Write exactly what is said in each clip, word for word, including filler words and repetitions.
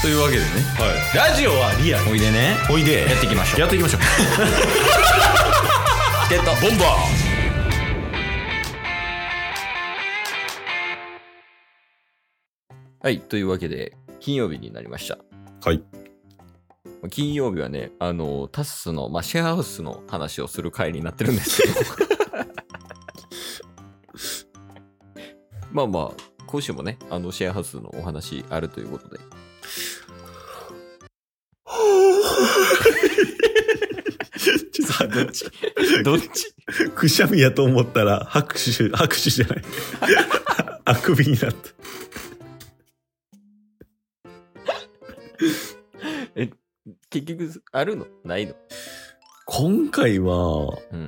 というわけでね、 はい、ラジオはリアル。 おいでね、 おいでやっていきましょう。 やっていきましょうチケットボンバー。はい、というわけで金曜日になりました。 はい。 金曜日はね、あのタスの、まあ、シェアハウスの話をする回になってるんですけどまあまあ今週もね、あのシェアハウスのお話あるということでちょっとどっちどっちくしゃみやと思ったら拍手拍手じゃないあくびになった。 え、結局あるのないの？ 今回は、 うん、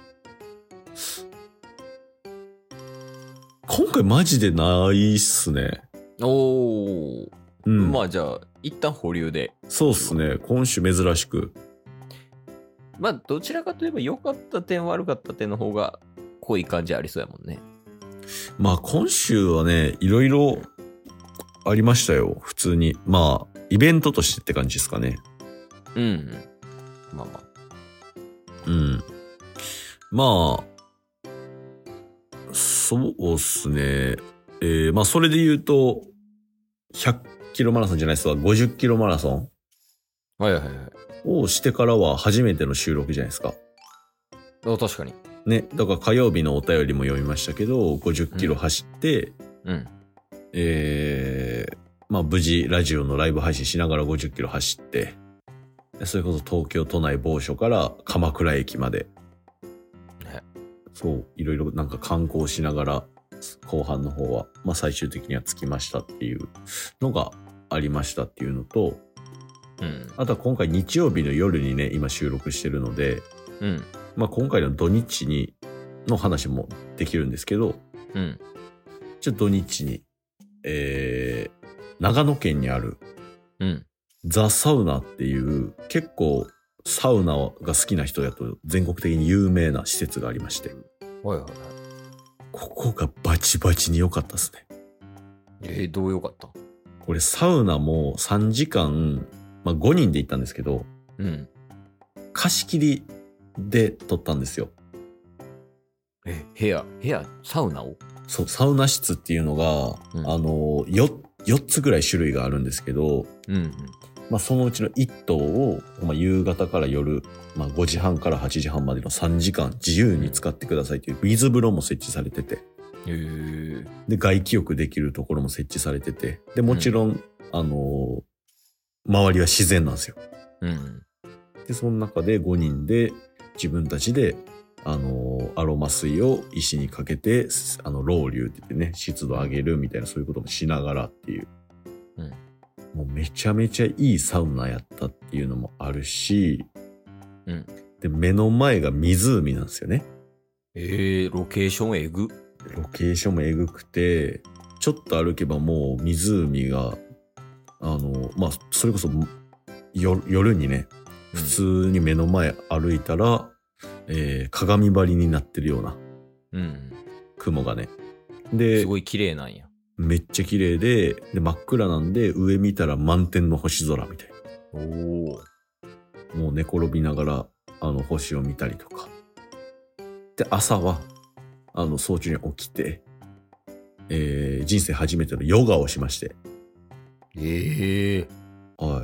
今回マジでないっすね。 おー、 うん、 まあじゃあ一旦保留で。 そうっすね。今週珍しく。 まあどちらかといえば良かった点悪かった点の方が濃い感じありそうやもんね。 まあ今週はね、いろいろありましたよ。普通に。まあイベントとしてって感じですかね。 うん、うん。まあまあ。 うん。まあ、そうっすね。えー、まあそれで言うと、ひゃっキロマラソンじゃないっすわ。ごじゅっキロマラソンはいはいはい。 をしてからは初めての収録じゃないですか。 あ、確かに。 ね。だから火曜日のお便りも読みましたけど、ごじゅっキロ走って、 うん。うん、 えー、まあ無事ラジオのライブ配信しながらごじゅっキロ走って、それこそ東京都内某所から鎌倉駅まで、 ね、 そう、いろいろなんか観光しながら、後半の方は、まあ最終的には着きましたっていうのがありましたっていうのと、 うん、 あとは今回日曜日の夜にね、今収録してるので、 うん、 まあ今回の土日にの話もできるんですけど、 うん、 ちょっと土日に、えー、長野県にある、 うん、 ザ・サウナっていう結構サウナが好きな人だと全国的に有名な施設がありまして、 はいはいはい。 ここがバチバチに良かったですね。 えー、どう良かった？ これサウナもさんじかん、まあごにんで行ったんですけど、 うん、 貸し切りで撮ったんですよ。 え、部屋、部屋、サウナを？ そう、サウナ室っていうのが、 うん、 あの、よ、よっつぐらい種類があるんですけど、 うん、うん、 まあそのうちのいっ棟を、まあ、夕方から夜、まあごじはんからはちじはんまでのさんじかん自由に使ってくださいという水風呂も設置されてて、 へー、 で、外気浴できるところも設置されてて、で、もちろん、うん、あのー、周りは自然なんですよ。 うん。 で、その中でごにんで自分たちで、あのー、アロマ水を石にかけて、あの、ロウリュって言ってね、湿度上げるみたいなそういうこともしながらっていう。 うん。 もうめちゃめちゃいいサウナやったっていうのもあるし、 うん。 で、目の前が湖なんですよね。 えー、ロケーションえぐ。 ロケーションもえぐくて、ちょっと歩けばもう湖が、あの、まあ、それこそ夜、夜にね、普通に目の前歩いたら、うん、えー、鏡張りになってるような、うん、雲がね。で、 すごい綺麗なんや。 めっちゃ綺麗で、で、真っ暗なんで、上見たら満天の星空みたいな。おー。もう寝転びながら、あの、星を見たりとか。で、朝は、あの、早朝に起きて、えー、人生初めてのヨガをしまして。 ええー。 はい。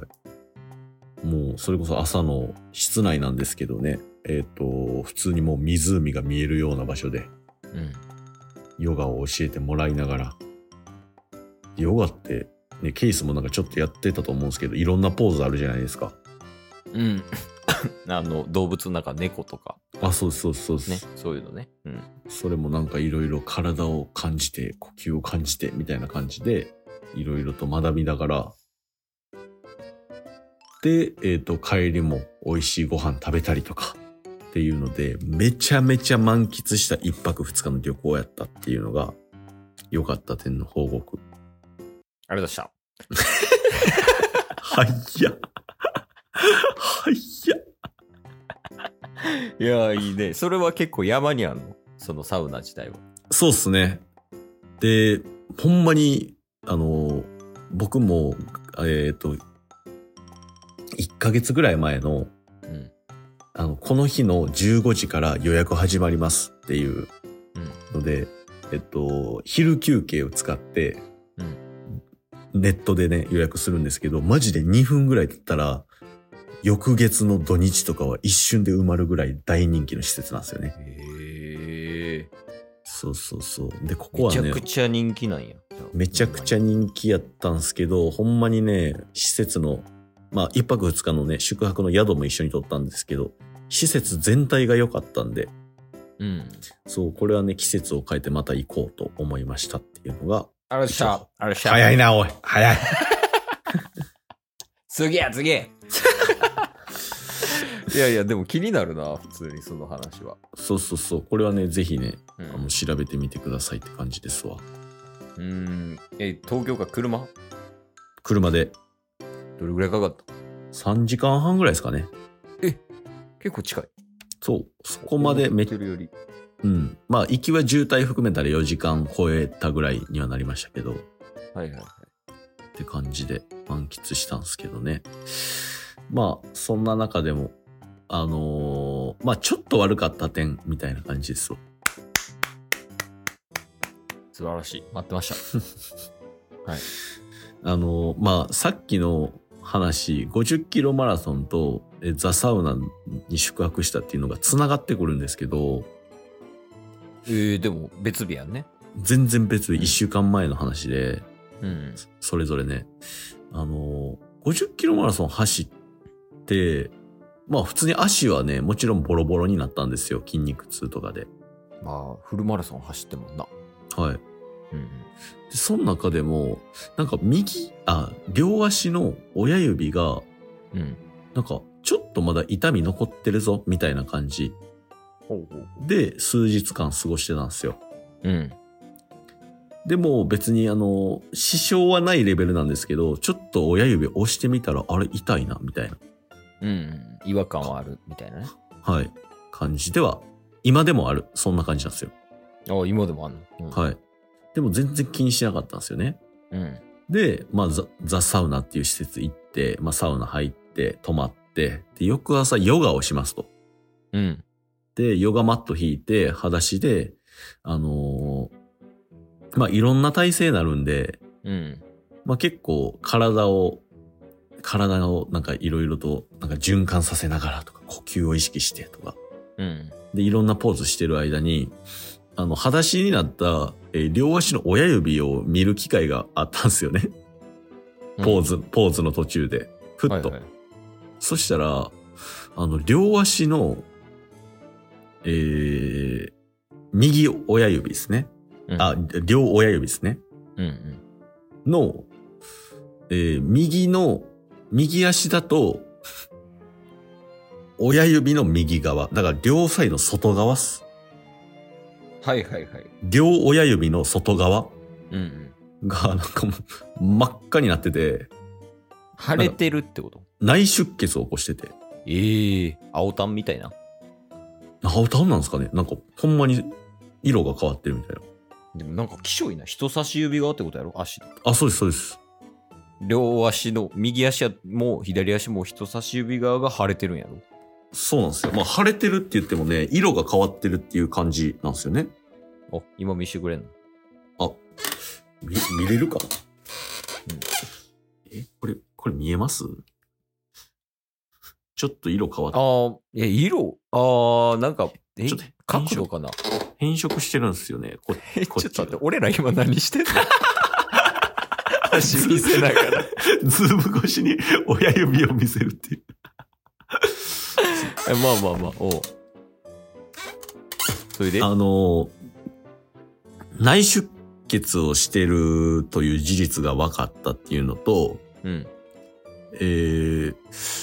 もう、それこそ朝の室内なんですけどね。えっと、普通にもう湖が見えるような場所で、うん。ヨガを教えてもらいながら。ヨガって、ね、ケースもなんかちょっとやってたと思うんですけど、いろんなポーズあるじゃないですか。 うん。あの、動物の中、猫とか。 あ、そうそうそうね。そういうのね。うん。 それもなんかいろいろ体を感じて、呼吸を感じて、みたいな感じで、いろいろと学びながら、で、えっと、帰りも美味しいご飯食べたりとか、っていうので、めちゃめちゃ満喫した一泊二日の旅行やったっていうのが、良かった点の報告。 ありがとうございました。 はいや。はいや。 いや、いいね。それは結構山にあるの？そのサウナ自体は。 そうっすね。で、ほんまに、あの、 僕も、えっと、いっかげつぐらい前の、 うん。 あの、この日のじゅうごじから予約始まりますっていうので、うん、えっと、昼休憩を使って、うん、ネットでね、予約するんですけど、マジでにふんぐらい経ったら、翌月の土日とかは一瞬で埋まるぐらい大人気の施設なんですよね。 へー。 そうそうそう。で、ここはね、 めちゃくちゃ人気なんや。 めちゃくちゃ人気やったんすけど、ほんまにね、施設の、まあ、一泊二日のね、宿泊の宿も一緒に取ったんですけど、施設全体が良かったんで、 うん。 そう、これはね、季節を変えてまた行こうと思いましたっていうのが。 あらっしゃ、あらっしゃ。 早いな、おい。早い。 次や、次。いやいや、でも気になるな、普通にその話は。 そうそうそう。これはね、ぜひね、 うん、 あの調べてみてくださいって感じですわ。 うーん。え、東京か車？ 車で。 どれぐらいかかった？ さんじかんはんぐらいですかね。 え、結構近い。 そう。そこまでめっちゃ。うん。まあ、行きは渋滞含めたらよじかん超えたぐらいにはなりましたけど。 はいはいはい。 って感じで満喫したんですけどね。まあ、そんな中でも、あのー、まあ、ちょっと悪かった点みたいな感じですよ。 素晴らしい。待ってました。はい。 あのー、まあ、さっきの話、ごじゅっキロマラソンとザ・サウナに宿泊したっていうのが繋がってくるんですけど、 えー、でも別日やんね。 全然別日、いっしゅうかんまえの話で、 うん、 それぞれね、あのー、ごじゅっキロマラソン走って、まあ普通に足はね、もちろんボロボロになったんですよ。筋肉痛とかで。 まあ、フルマラソン走ってもんな。 はい。うん、でその中でも、なんか右、あ、両足の親指が、うん、なんかちょっとまだ痛み残ってるぞ、みたいな感じ。 ほうほうで、数日間過ごしてたんですよ。 うん。 でも別にあの、支障はないレベルなんですけど、ちょっと親指押してみたら、あれ痛いな、みたいな。 うん。違和感はある、みたいなね。 はい。感じでは、今でもある。そんな感じなんですよ。 ああ、今でもあるの、 うん、はい。でも全然気にしなかったんですよね。 うん。 で、まあザ、ザ・サウナっていう施設行って、まあ、サウナ入って、泊まって、で、翌朝ヨガをしますと。 うん。 で、ヨガマット引いて、裸足で、あのー、まあ、いろんな体勢になるんで、うん。まあ、結構体を、体をなんかいろいろとなんか循環させながらとか、呼吸を意識してとか。うん。で、いろんなポーズしてる間に、あの、裸足になった、えー、両足の親指を見る機会があったんですよね。ポーズ、うん、ポーズの途中で。ふっと。はいはい、そしたら、あの、両足の、えー、右親指ですね。うん、あ、両親指ですね。うんうん、の、えー、右の、右足だと、親指の右側。だから両サイド外側っす。 はいはいはい。 両親指の外側、うんうん、が、なんかもう、真っ赤になってて。 腫れてるってこと？ 内出血を起こしてて。 ええー、青タンみたいな。 青タンなんですかね？なんか、ほんまに色が変わってるみたいな。 でもなんか、きしょいな。人差し指側ってことやろ？足。 あ、そうです、そうです。 両足の、右足も左足も人差し指側が腫れてるんやろ？ そうなんですよ。まあ、腫れてるって言ってもね、色が変わってるっていう感じなんですよね。 あ、今見してくれんの？ あ、見、見れるかな？うん、え、これ、これ見えます？ちょっと色変わって。 ああ、いや、色ああ、なんか、え、ちょっと角度かな？ 変色してるんですよね。こえ、こっちちょっと待って、俺ら今何してんの？足見せながら。 ズーム越しに親指を見せるっていう。 え、まあまあまあ、おう。それであの、内出血をしてるという事実が分かったっていうのと、うん。えー、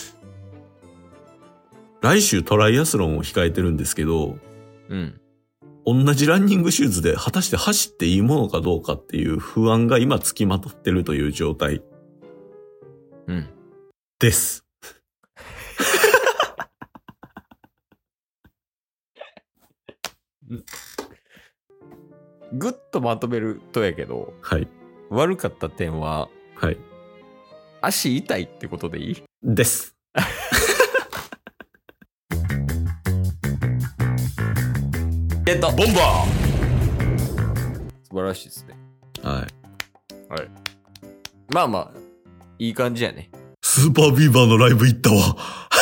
来週トライアスロンを控えてるんですけど、うん。同じランニングシューズで果たして走っていいものかどうかっていう不安が今つきまとってるという状態。うん。です。 ぐっとまとめるとやけど、 はい。 悪かった点は、 はい。 足痛いってことでいい？ です。 ゲットボンバー。素晴らしいですね。 はい。 はい。まあまあ、いい感じやね。 スーパービーバーのライブ行ったわ。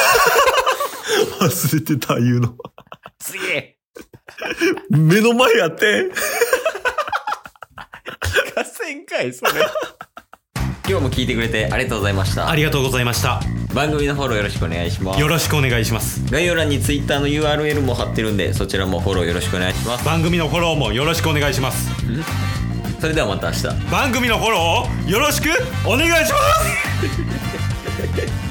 忘れてた、言うの。 すげえ。 目の前やって。 聞かせんかい、それ。今日も聞いてくれてありがとうございました。 ありがとうございました。 番組のフォローよろしくお願いします。 よろしくお願いします。 概要欄に Twitter の ユーアールエル も貼ってるんで、そちらもフォローよろしくお願いします。 番組のフォローもよろしくお願いします。 それではまた明日。 番組のフォローをよろしくお願いします。